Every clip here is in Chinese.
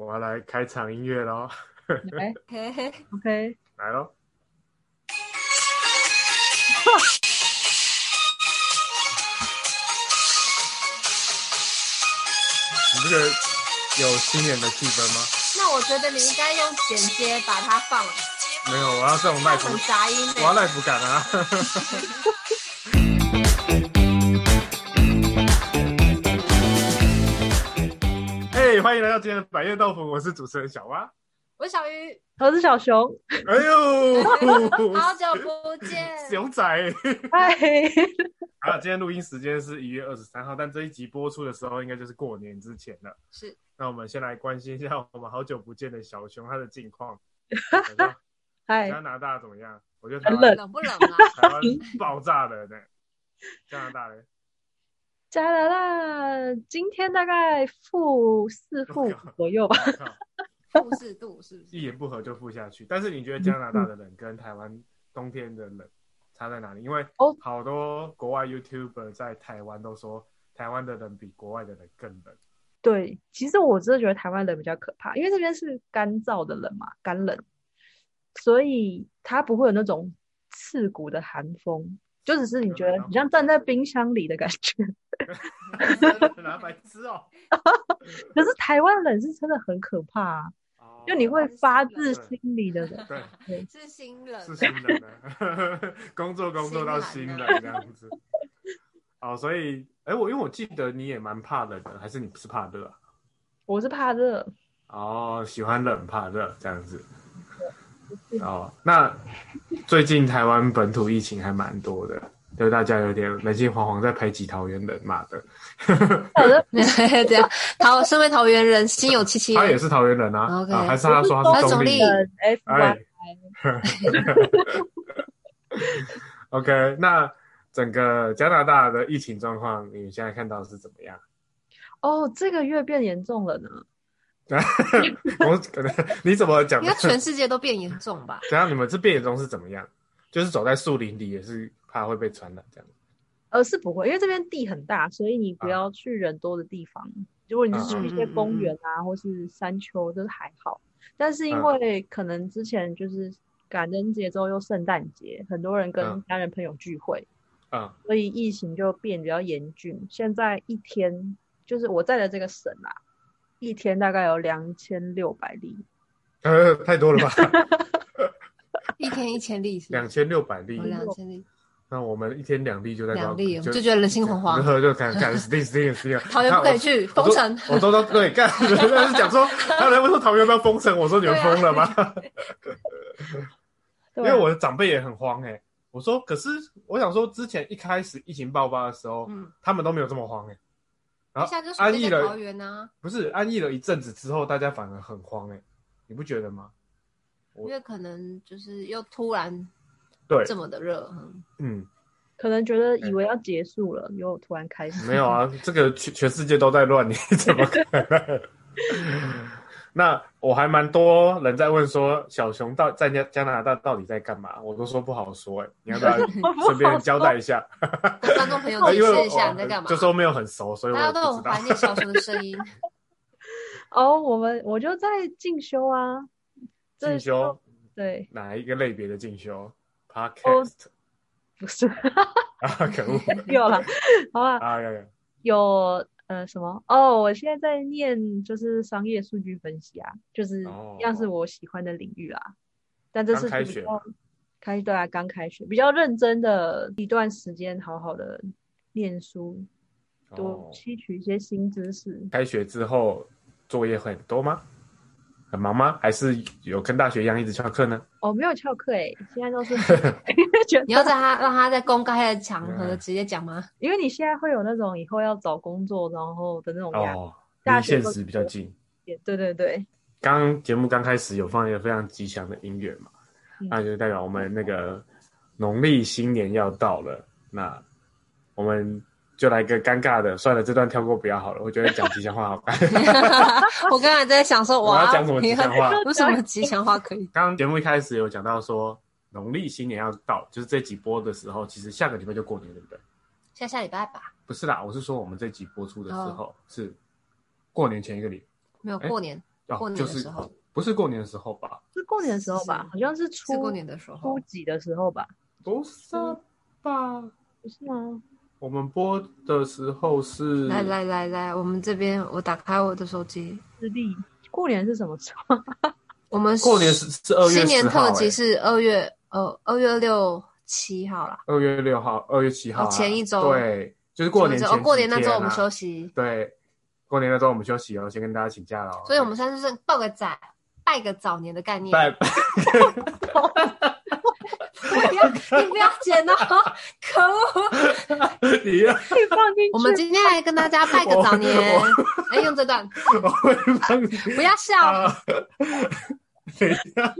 我要来开场音乐咯。 来，OK， 来咯。你这个有新年的气氛吗？ 那我觉得你应该用剪接把它放了。 没有，我要这种live， 很杂音我要live感啊。嘿，欢迎来到今天的百叶豆腐，我是主持人小蛙， 我是小鱼， 我是小熊。 哎呦， 好久不见， 熊仔。 嗨， 好，今天录音时间是1月23号，但这一集播出的时候应该就是过年之前了。 是， 那我们先来关心一下我们好久不见的小熊他的近况。 嗨， 加拿大怎么样？我觉得很冷， 冷不冷啊？ 台湾爆炸了呢。加拿大嘞？ 加拿大今天大概-4、-5左右吧。 -4度是不是？ 一言不合就负下去。但是你觉得加拿大的冷跟台湾冬天的冷差在哪里？因为好多国外 YouTuber 在台湾都说台湾的冷比国外的冷更冷。 对，其实我真的觉得台湾冷比较可怕，因为这边是干燥的冷嘛，干冷，所以它不会有那种刺骨的寒风，就只是你觉得你像站在冰箱里的感觉。 拿白痴哦。 可是台湾冷是真的很可怕啊，就你会发自心里的冷。 对，是心冷， 是心冷的。工作到心冷这样子。好，所以因为我记得你也蛮怕冷的，还是你不是怕热啊？ 我是怕热。 哦，喜欢冷怕热这样子。哦，那最近台湾本土疫情还蛮多的，就大家有点人心惶惶，在排挤桃园人嘛的。 这样，身为桃园人，心有戚戚。 他也是桃园人啊。 OK， 还是他说他是中立人？ 哎 OK， 那整个加拿大的疫情状况，你现在看到是怎么样？ 哦，这个月变严重了呢。 你怎么讲？ 应该全世界都变严重吧？ 怎样？你们这变严重是怎么样？就是走在树林里也是怕会被传染这样？ 是不会，因为这边地很大，所以你不要去人多的地方。如果你是去一些公园啊，或是山丘，都还好。但是因为可能之前就是感恩节之后又圣诞节，很多人跟家人朋友聚会，所以疫情就变比较严峻。现在一天就是我在的这个省啊，一天大概有2600例。 太多了吧？ 一天1000例是 2600例 ，2000例。 那我们一天2例就在 2例，我就觉得人心惶惶。 然后就看死定。 桃园不可以去，封城。 我都对干，人家是讲说，他人说桃园要封城，我说你们疯了吗？因为我的长辈也很慌我说可是我想说，之前一开始疫情爆发的时候，他们都没有这么慌然后安逸了，不是安逸了一阵子之后，大家反而很慌你不觉得吗？ 因为可能就是又突然对这么的热， 可能觉得以为要结束了，又突然开始。 没有啊，这个全世界都在乱，你怎么可能？那我还蛮多人在问说，小熊在加拿大到底在干嘛？我都说不好说你要不要顺便交代一下？ 观众朋友解释一下你在干嘛？ 就说没有很熟，所以我大家都很怀念小熊的声音。 我就在进修啊。 进修？ 对， 哪一个类别的进修 ？Podcast？ 不是可恶， 有了，好吧？有什么？我现在在念就是商业数据分析啊，就是一样是我喜欢的领域啦。但这是刚开学对啊，刚开学，比较认真的一段时间，好好的念书，多吸取一些新知识。 开学之后作业会很多吗？很忙吗？还是有跟大学一样一直翘课呢？ 没有翘课现在都是你要让他在公开的场合直接讲吗？ 因为你现在会有那种以后要找工作然后的那种压力， 离现实比较近。 对。 节目刚开始有放一个非常吉祥的音乐嘛，那就代表我们那个农历新年要到了，那我们就来个尴尬的，算了，这段跳过不要好了。我觉得讲吉祥话好看。 我刚才在想说， 我要讲什么吉祥话？ 有什么吉祥话可以？ 刚刚节目一开始有讲到说，农历新年要到，就是这集播的时候，其实下个礼拜就过年，对不对？ 下礼拜吧？ 不是啦，我是说我们这集播出的时候是过年前一个礼拜。 没有过年， 过年的时候， 不是过年的时候吧？ 是过年的时候吧？好像是过年的时候， 初几的时候吧？ 不是吧？ 不是吗？ 我们播的时候是来，我们这边我打开我的手机， 日历。过年是什么时候？ 我们过年是2月10号， 新年特辑是2月6、7号啦。 2月6号、2月7号、 前一周。 对，就是过年前几天过年那周我们休息。 对，过年那周我们休息哦，先跟大家请假了。 所以我们现在就是拜个早年的概念。你不要剪哦，可恶！ 你要可以放进去。 我们今天来跟大家拜个早年。用这段。 我会放不要笑。 等一下，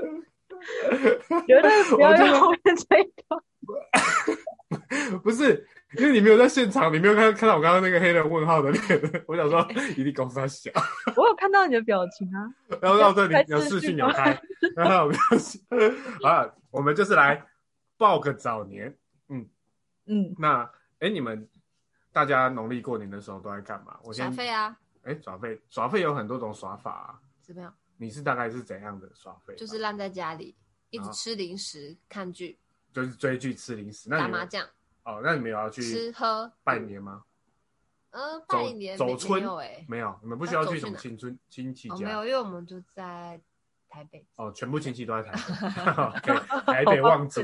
绝对不要用后面这一段。不是，因为你没有在现场，你没有看到我刚刚那个黑人问号的脸，我想说一定公司小。 我有看到你的表情啊。 然后到这里有视讯有开，然后啊，我们就是来报个早年。那你们大家农历过年的时候都在干嘛？我先耍废啊。 耍废有很多种耍法啊。 怎么样？ 你是大概是怎样的耍废？ 就是烂在家里，一直吃零食、看剧， 就是追剧、吃零食。 打麻将。 那你们有要去吃喝拜年吗？ 拜年走春没有你们不需要去什么亲戚家？ 没有，因为我们就在台北。 全部亲戚都在台北。台北望族。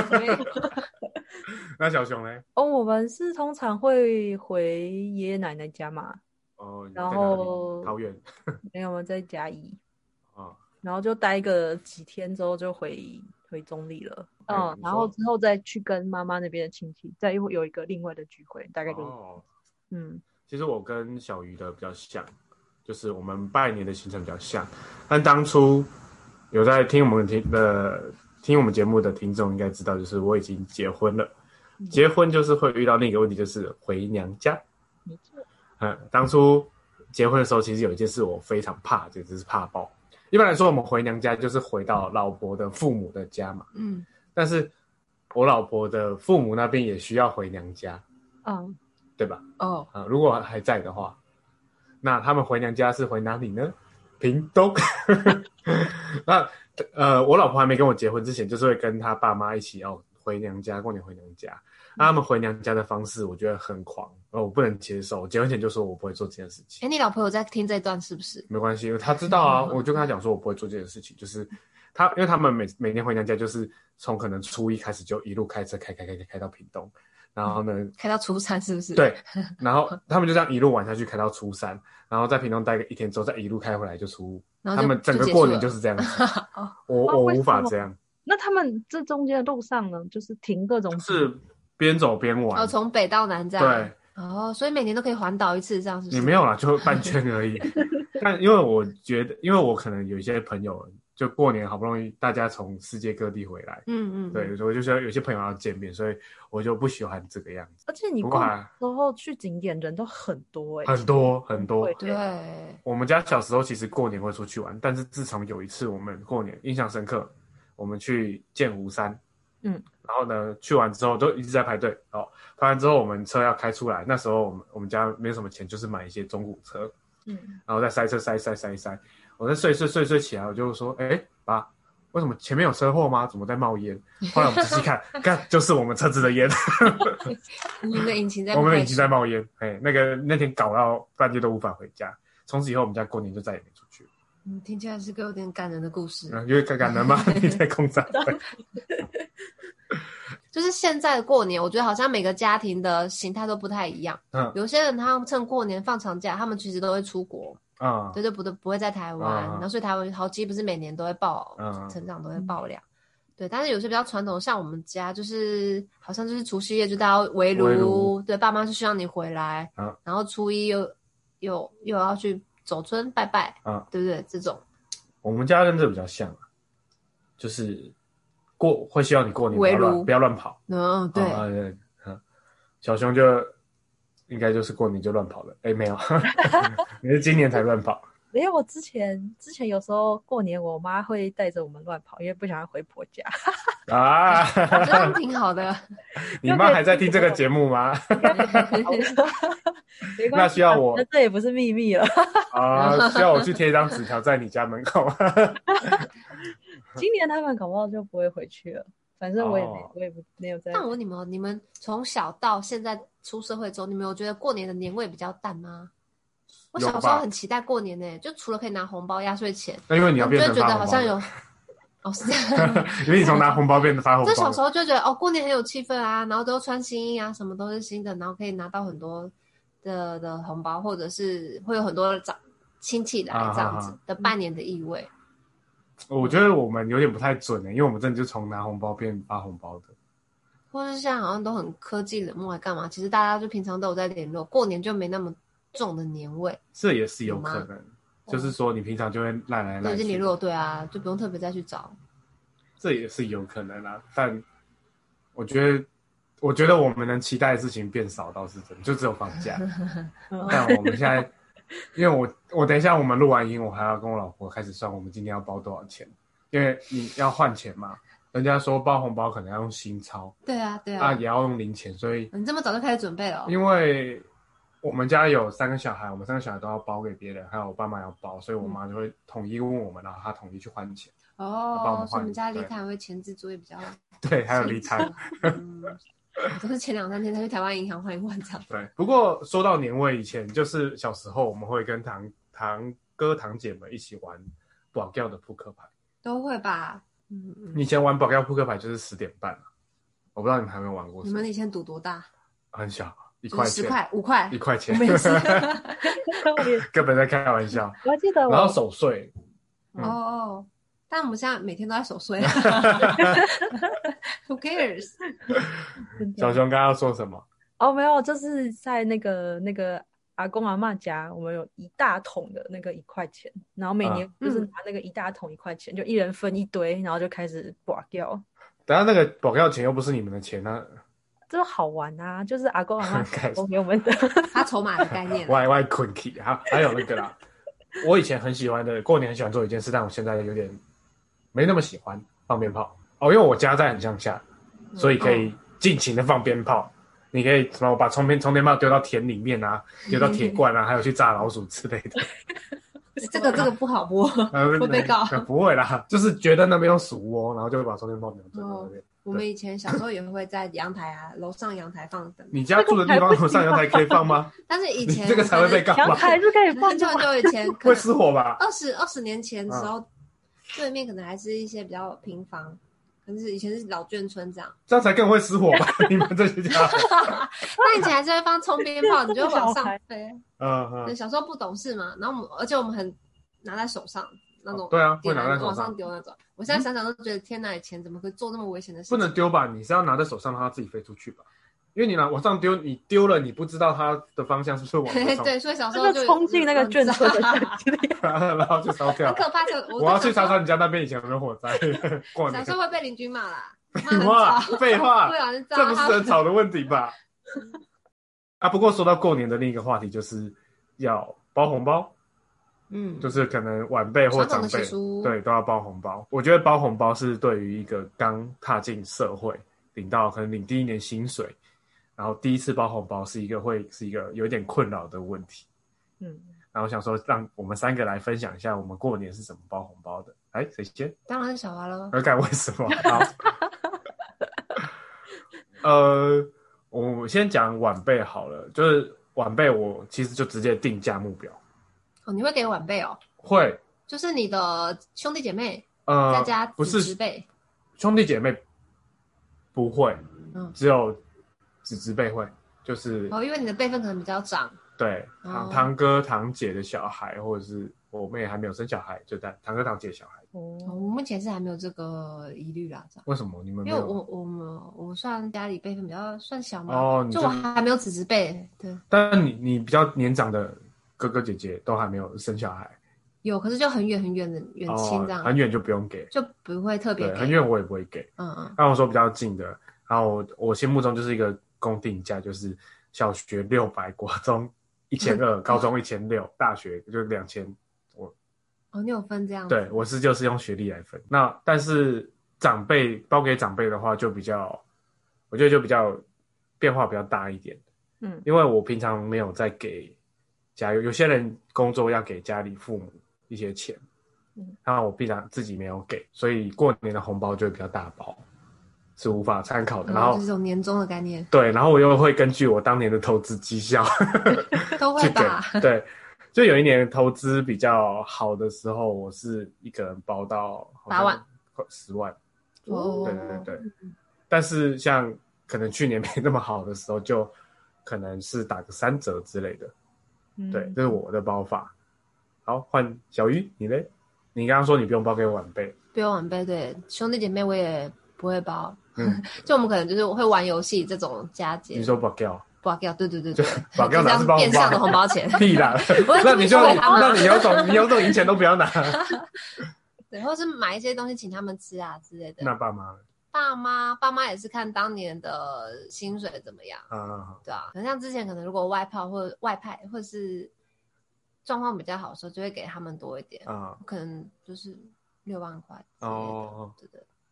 那小熊呢？ 我们是通常会回爷爷奶奶家嘛。然后桃园。 没有，我们在嘉义。然后就待个几天之后就回中立了。然后之后再去跟妈妈那边的亲戚再有一个另外的聚会，大概就是其实我跟小鱼的比较像，就是我们拜年的行程比较像，但当初有在听我们节目的听众应该知道，就是我已经结婚了。结婚就是会遇到另一个问题，就是回娘家。 没错。 当初结婚的时候，其实有一件事我非常怕，简直是怕爆。一般来说，我们回娘家就是回到老婆的父母的家嘛。但是我老婆的父母那边也需要回娘家。对吧？如果还在的话，那他们回娘家是回哪里呢？屏东。那我老婆还没跟我结婚之前，就是会跟她爸妈一起回娘家，过年回娘家。那他们回娘家的方式，我觉得很狂，我不能接受。结婚前就说我不会做这件事情。 你老婆有在听这段是不是？ 没关系，她知道啊。我就跟她讲说，我不会做这件事情，就是因为他们每年回娘家，就是从可能初一开始就一路开车开到屏东。然后呢， 开到初3是不是？ 对，然后他们就这样一路玩下去，开到初3，然后在屏东待个1天之后，再一路开回来就初5。他们整个过年就是这样子。我无法这样。 那他们这中间的路上呢，就是停各种， 是边走边玩。 从北到南这样。 对。 所以每年都可以环岛一次，这样是不是？ 也没有啦，就半圈而已。但因为我觉得，因为我可能有一些朋友，就过年好不容易大家从世界各地回来，对，所以就是有些朋友要见面，所以我就不喜欢这个样子。 而且你过年时候去景点人都很多很多很多。 对， 我们家小时候其实过年会出去玩，但是自从有一次我们过年印象深刻，我们去剑湖山，然后呢去完之后都一直在排队，排完之后我们车要开出来，那时候我们家没有什么钱，就是买一些中古车，然后再塞车塞。我在睡起来，我就说，爸，为什么前面有车祸吗？怎么在冒烟？后来我们仔细看，就是我们车子的烟。 我们的引擎在冒烟。那天搞到半夜都无法回家。从此以后，我们家过年就再也没出去。 听起来是个有点感人的故事。 因为感人吗？你在空山。 就是现在的过年，我觉得好像每个家庭的形态都不太一样。有些人他们趁过年放长假，他们其实都会出国。对，就不会在台湾。然后所以台湾豪基不是每年都会成长都会爆量。对，但是有些比较传统，像我们家就是好像就是除夕夜就大家围炉，对，爸妈就希望你回来，然后初一又要去走春拜拜，对不对？这种我们家跟这比较像，就是会希望你过年不要乱跑。对。小熊就应该就是过年就乱跑了。没有。你是今年才乱跑。 因为我之前有时候过年，我妈会带着我们乱跑，因为不想要回婆家。 啊， 我觉得挺好的。 你妈还在听这个节目吗？ 没关系， 那需要我？ 这也不是秘密了。 啊，需要我去贴一张纸条在你家门口？ 今年他们搞不好就不会回去了。反正我也没有在。 那我问你们从小到现在出社会之后，你们有觉得过年的年味比较淡吗？我小时候很期待过年呢，就除了可以拿红包、压岁钱， 那因为你要变成就觉得好像有是这样， 因为你从拿红包变成发红包。 就小时候就觉得过年很有气氛啊，然后都穿新衣啊，什么都是新的，然后可以拿到很多的红包，或者是会有很多亲戚来这样子的拜年的意味。 我觉得我们有点不太准因为我们真的就从拿红包变发红包的， 或是现在好像都很科技冷漠，还干嘛？其实大家就平常都有在联络，过年就没那么重的年味。 这也是有可能，就是说你平常就会赖来赖去， 对，联络，对啊，就不用特别再去找。这也是有可能啊，但我觉得我们能期待的事情变少倒是真的，就只有放假。但我们现在。因为我等一下我们录完音，我还要跟我老婆开始算我们今天要包多少钱，因为你要换钱嘛，人家说包红包可能要用新钞， 对啊也要用零钱，所以你这么早就开始准备了因为我们家有3个小孩，我们3个小孩都要包给别人，还有我爸妈要包，所以我妈就会统一问我们，然后她统一去换钱。帮我们换。 所以我们家离台会前置作业比较对，还有离台。 都是前2-3天才去台湾银行换一换这样。 对，不过说到年味，以前就是小时候我们会跟堂哥堂姐们一起玩保钓的扑克牌， 都会吧？ 以前玩保钓扑克牌就是10点半我不知道你们还没有玩过。 你们以前赌多大？ 很小，1块钱、 10块、5块、 1块钱， 没事， 根本在开玩笑。 我还记得然后守岁。 但我们现在每天都在守岁。Who cares？ 小熊刚刚要说什么？ 没有，就是在那个阿公阿嬷家，我们有一大桶的那个1块钱，然后每年就是拿那个一大桶1块钱，就一人分一堆，然后就开始拔掉。 等下那个保钓钱又不是你们的钱啊。 这好玩啊，就是阿公阿嬷都给我们的。 他筹码的概念。 外捆起，还有那个啦。我以前很喜欢的，过年很喜欢做一件事，但我现在有点没那么喜欢放鞭炮因为我家在很乡下，所以可以尽情的放鞭炮。你可以什么把充电炮丢到田里面啊，丢到铁罐啊，还有去炸老鼠之类的。 这个不好播，会被告。 不会啦，就是觉得那边有鼠窝，然后就会把充电炮丢在那边。 我们以前小时候也会在阳台楼上阳台放灯。 你家住的地方楼上阳台可以放吗？ 但是以前这个才会被告吧？ 阳台是可以放， 就以前会失火吧 ？20年前的时候，对面可能还是一些比较平房，可是以前是老眷村这样才更会失火吧？你们这些家伙。 那以前还是会放冲鞭炮，你就会往上飞。 对， 小时候不懂事嘛，然后而且我们很拿在手上。那种对啊，会拿在手上往上丢那种。我现在想想都觉得天哪，以前怎么可以做那么危险的事情？ 不能丢吧？你是要拿在手上让它自己飞出去吧？因为你往上丢，你丢了，你不知道它的方向是不是往上。 对，所以小时候就冲进那个眷村的然后就烧掉。 很可怕。 我要去查查你家那边以前有没有火灾。 小时候会被邻居骂啦。 废话， 这不是人吵的问题吧？不过说到过年的另一个话题，就是要包红包。就是可能晚辈或长辈对都要包红包。我觉得包红包是对于一个刚踏进社会，可能领第1年薪水，然后第一次包红包是一个有点困扰的问题。然后想说让我们3个来分享一下我们过年是怎么包红包的。谁先？ 当然是小娃了。 为什么？好。我先讲晚辈好了，就是晚辈我其实就直接定价目标。 你会给晚辈会， 就是你的兄弟姐妹再加子侄辈。 兄弟姐妹不会，只有子侄辈会，就是因为你的辈分可能比较长。 对，堂哥堂姐的小孩，或者是我妹还没有生小孩，就带堂哥堂姐的小孩。 我目前是还没有这个疑虑啦。 为什么你们没有？ 因为我算家里辈分比较算小嘛，就我还没有子侄辈。对， 但你比较年长的哥哥姐姐都还没有生小孩。 有，可是就很远很远的远亲这样。 很远就不用给， 就不会特别给。 很远我也不会给。那我说比较近的，然后我心目中就是一个公定价，就是小学600，国中1200，高中1600，大学就2000， 哦，你有分这样子？ 对，我就是用学历来分。那但是长辈包给长辈的话，就比较，我觉得就比较变化比较大一点。因为我平常没有在给有些人工作要给家里父母一些钱，那我必然自己没有给，所以过年的红包就会比较大包，是无法参考的。然后就是这种年终的概念。 对，然后我又会根据我当年的投资绩效都会吧？ 对，就有一年投资比较好的时候，我是一个人包到 8万、 10万。 哦， 对。但是像可能去年没那么好的时候，就可能是打个3折之类的。对，这是我的包法。好，换小鱼，你嘞？你刚刚说你不用包给晚辈， 不用晚辈，对，兄弟姐妹我也不会包。就我们可能就是会玩游戏这种佳节。 你说保掉？ 保掉，对， 保掉哪是包变相的红包钱？ 屁啦！那你有种赢钱都不要拿。 对，或是买一些东西请他们吃啊之类的。 那爸妈？ 爸妈也是看当年的薪水怎么样对啊。可能像之前可能如果外派或是状况比较好的时候，就会给他们多一点可能就是6万块哦， 对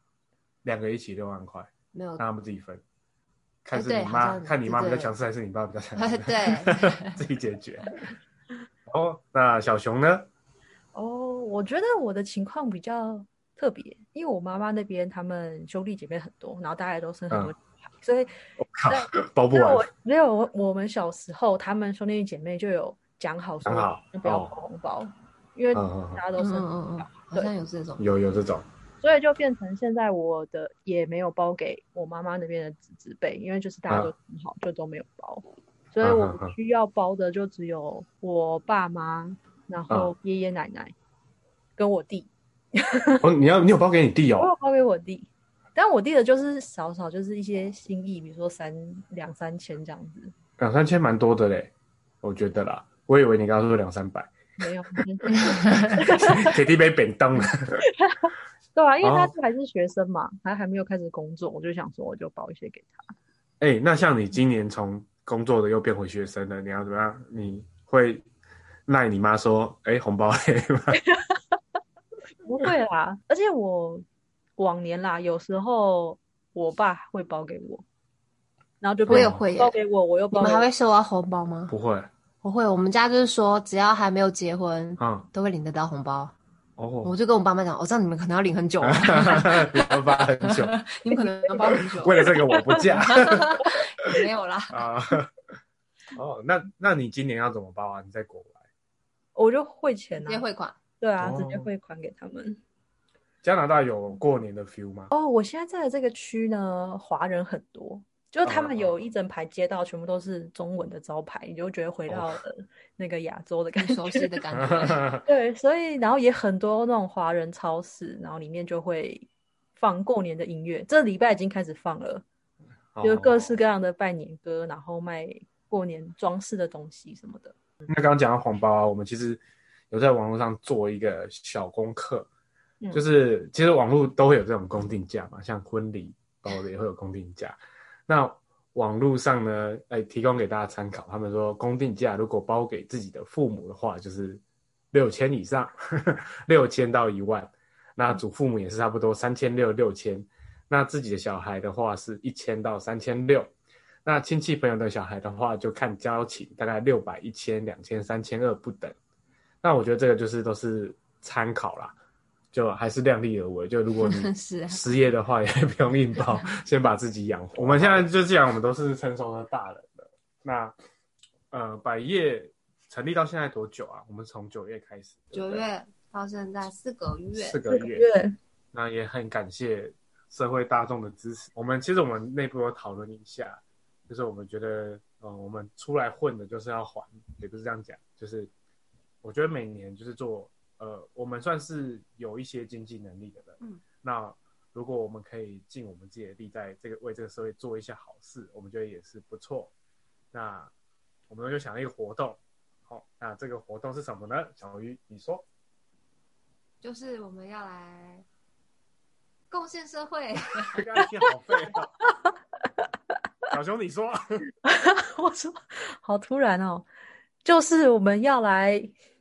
，2个一起6万块， 没有， 让他们自己分，看是你妈比较强势还是你爸比较强势？ 对， 自己解决。那小熊呢？ 我觉得我的情况比较特别，因为我妈妈那边他们兄弟姐妹很多，然后大家都生很多小孩，所以包不完。 没有我们小时候，他们兄弟姐妹就有讲好说不要包红包，因为大家都生好像有这种， 有这种， 所以就变成现在我的也没有包给我妈妈那边的子辈，因为就是大家都很好，就都没有包，所以我需要包的就只有我爸妈，然后爷爷奶奶跟我弟。 你有包给你弟哦？ 我有包给我弟，但我弟的就是少少，就是一些心意，比如说2-3千这样子。 2-3千蛮多的嘞，我觉得啦。我以为你刚刚说200-300。 没有。 铁弟被扁当了。 对啊，因为他还是学生嘛，还没有开始工作，我就想说我就包一些给他。 那像你今年从工作的又变回学生了，你要怎么样？你会赖你妈说红包嘞吗？ 不会啦，而且我往年啦，有时候我爸会包给我，然后就我也会包给我，我又包给我。 你们还会收到红包吗？ 不会， 我会。我们家就是说，只要还没有结婚，都会领得到红包。我就跟我爸妈讲，我知道你们可能要领很久了， 你要包很久， 你们可能要包很久。 为了这个我不嫁。 没有啦。 那你今年要怎么包啊？你在国外？ 我就汇钱啊， 直接汇款。 对啊，直接汇款给他们。 加拿大有过年的 feel 吗？ 我现在在的这个区呢，华人很多，就是他们有一整排街道全部都是中文的招牌，你就觉得回到了那个亚洲的感觉， 熟悉的感觉。 对，所以然后也很多那种华人超市，然后里面就会放过年的音乐，这礼拜已经开始放了，就是各式各样的拜年歌，然后卖过年装饰的东西什么的。 那刚刚讲到红包啊，我们其实有在网络上做一个小功课，就是其实网络都会有这种公定价嘛，像婚礼包的也会有公定价。那网络上呢，提供给大家参考，他们说公定价如果包给自己的父母的话，就是6000以上，6000到1万。那祖父母也是差不多3600、6000。那自己的小孩的话是1000到3600。那亲戚朋友的小孩的话，就看交情，大概600、1000、2000、3200不等。那我觉得这个就是都是参考啦，就还是量力而为。就如果你失业的话，也不用硬包，先把自己养活。我们现在就既然我们都是成熟的大人了，那百业成立到现在多久啊？我们从9月开始 ，9月到现在4个月。 4个月。那也很感谢社会大众的支持。我们内部有讨论一下。就是我们觉得，我们出来混的就是要还，也不是这样讲，就是我觉得每年就是做，我们算是有一些经济能力的人，那如果我们可以尽我们自己的力，在为这个社会做一些好事，我们觉得也是不错。那我们就想了一个活动，那这个活动是什么呢？小鱼，你说。 就是我们要来贡献社会。 刚刚听好废哦。小熊你说。 我说好突然哦，就是我们要来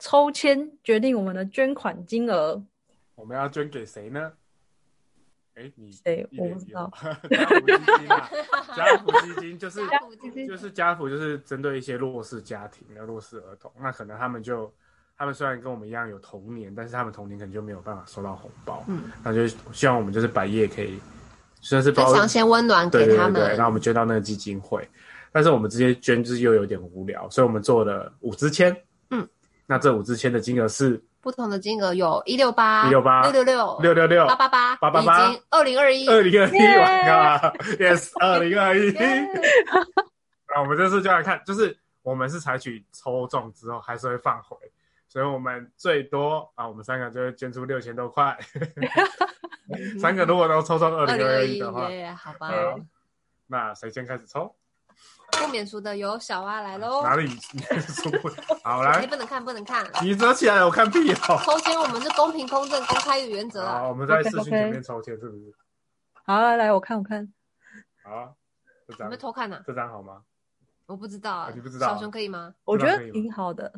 抽签决定我们的捐款金额。 我们要捐给谁呢？ 谁？我不知道。 家福基金啊，家福基金就是家福，就是针对一些弱势家庭、弱势儿童。那可能他们虽然跟我们一样有童年，但是他们童年可能就没有办法收到红包。那就希望我们就是百业可以，算是分享些温暖给他们。 对，然后我们捐到那个基金会。但是我们直接捐就是又有点无聊，所以我们做了5支签。那这5支签的金额是不同的金额，有168、 666、666、 888、 888， 已经2021， 我靠 ，yes， 2021。那我们这次就来看，就是我们是采取抽中之后还是会放回，所以我们最多我们3个就会捐出6000多块。3个如果都抽中2021的话， 好吧。 那谁先开始抽？ 不免俗的由小蛙来咯。 哪里免俗？好来， 不能看。 你折起来，我看屁哦。 抽签我们是公平、公正、公开的原则。 好，我们在视讯前面抽签，是不是？ 好，来，我看。 好，这张。 你们偷看啊？ 这张好吗？ 我不知道你不知道？ 小熊可以吗？ 我觉得挺好的。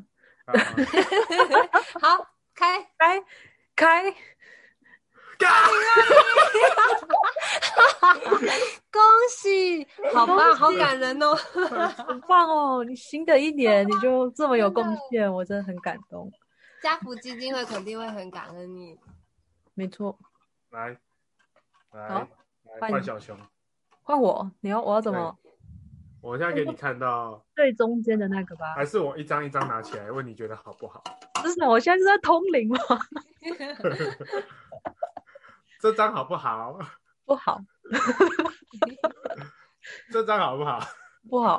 好，开。恭喜，好棒，好感人哦， 很棒哦！你新的一年你就这么有贡献，我真的很感动。 家福基金会肯定会很感恩你。 没错。 来， 换小熊， 换我。我要怎么？ 我现在给你看到最中间的那个吧。 还是我一张一张拿起来问你觉得好不好？ 这是我现在是在通灵吗？ 这张好不好？ 不好。 这张好不好？ 不好。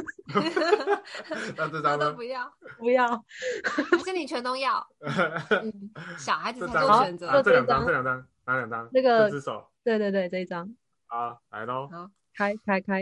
那这张呢？ 都不要。 还是你全都要？小孩子才做选择。 这两张，哪2张？ 那个这只手。 对，这一张。 好，来咯。 好，开。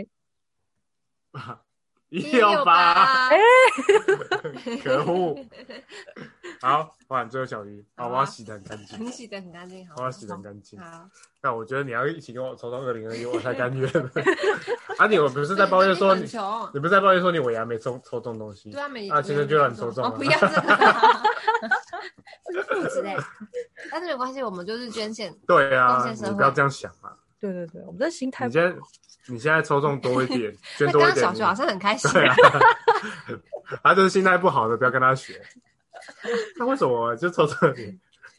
168，可恶！好，换最后小鱼。我要洗得很干净。 你洗得很干净，好。 我要洗得很干净。 好。 那我觉得你要一起跟我抽到2021，我才甘愿。你不是在抱怨说你不是在抱怨说你尾牙没抽中东西？ 对啊， 其实就让你抽中了。 不要这个，这是负值但是没关系，我们就是捐献。 对啊，你不要这样想嘛。 对，我们这心态。 你现在抽中多一点，捐多一点。 刚刚小学好像很开心。 对啊，他就是心态不好的，不要跟他学。那为什么就抽这里？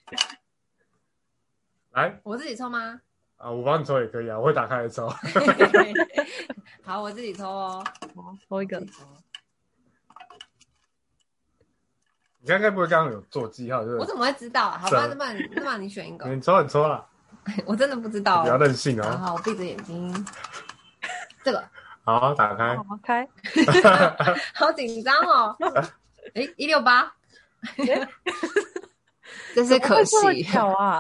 来， 我自己抽吗？ 我帮你抽也可以啊，我会打开来抽。 好，我自己抽哦。 好，抽一个。 你刚不会刚刚有做记号？ 我怎么会知道啊？好吧，那么你选一个。 你抽啦。 我真的不知道。 比较任性哦。 好，我闭着眼睛。这个。 好，打开。 好，开。 好紧张哦。168。真是可惜。 巧啊！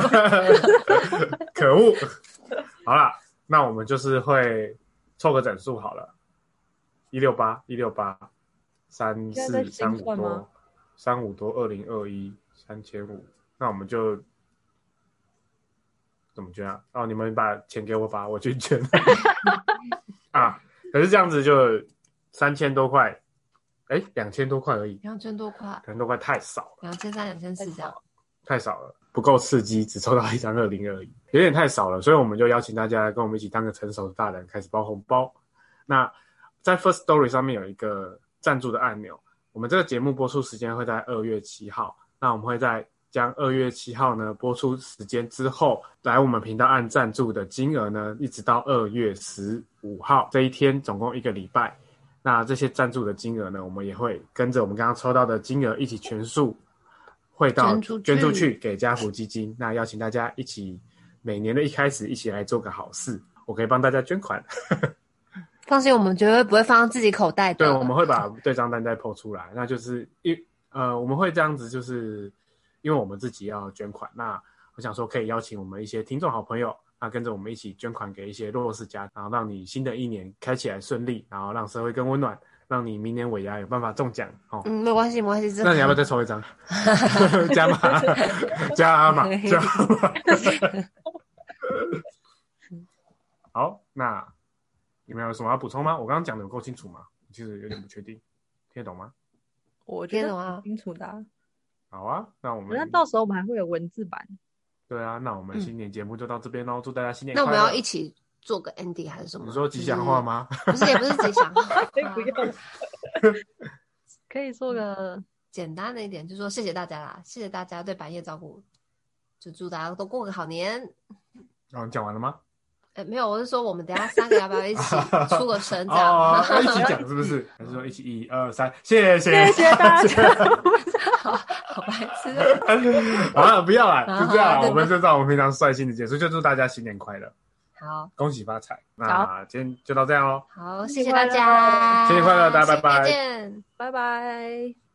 可恶。好啦，那我们就是会凑个整数好了。168、3435多，35多，2021 3500，那我们就怎么捐啊？你们把钱给我吧，我去捐。可是这样子就3000多块，2000多块而已。 2000多块 ，2000多块太少了。 2300、2400这样。 太少了，不够刺激，只抽到1张2021，有点太少了，所以我们就邀请大家跟我们一起当个成熟的大人，开始包红包。那在 First Story 上面有一个赞助的按钮，我们这个节目播出时间会在2月7号，那我们会在将2月7号呢播出时间之后，来我们频道按赞助的金额呢，一直到2月15号这一天，总共1个礼拜。那这些赞助的金额呢，我们也会跟着我们刚刚抽到的金额一起全数汇到捐出去给家福基金。那邀请大家一起每年的一开始一起来做个好事，我可以帮大家捐款。 放心，我们绝对不会放自己口袋的。 对，我们会把对账单再po出来。那就是我们会这样子，就是因为我们自己要捐款。那我想说可以邀请我们一些听众好朋友，那跟着我们一起捐款给一些弱势家庭，然后让你新的一年开起来顺利，然后让社会更温暖，让你明年尾牙有办法中奖哦。 没关系， 那你要不要再抽一张？加码。好，那你们有什么要补充吗？我刚刚讲的有够清楚吗？其实有点不确定，听得懂吗？ 我觉得很清楚的啊。 好啊，那到时候我们还会有文字版。 对啊，那我们新年节目就到这边咯，祝大家新年快乐。 那我们要一起做个 ending 还是什么？ 你说吉祥话吗？ 不是，也不是吉祥话， 不用。可以做个简单的一点，就说谢谢大家啦，谢谢大家对百业照顾，就祝大家都过个好年。 哦，你讲完了吗？ 没有，我是说我们等一下3个要不要一起出个声这样？ 要一起讲是不是？还是说一起1、2、3，谢谢大家。 好白痴啊！不要啦，就这样，我们就照我们平常率性的结束，就祝大家新年快乐， 好， 恭喜发财。那今天就到这样咯。 好，谢谢大家， 新年快乐，大家拜拜， 再见， 拜拜。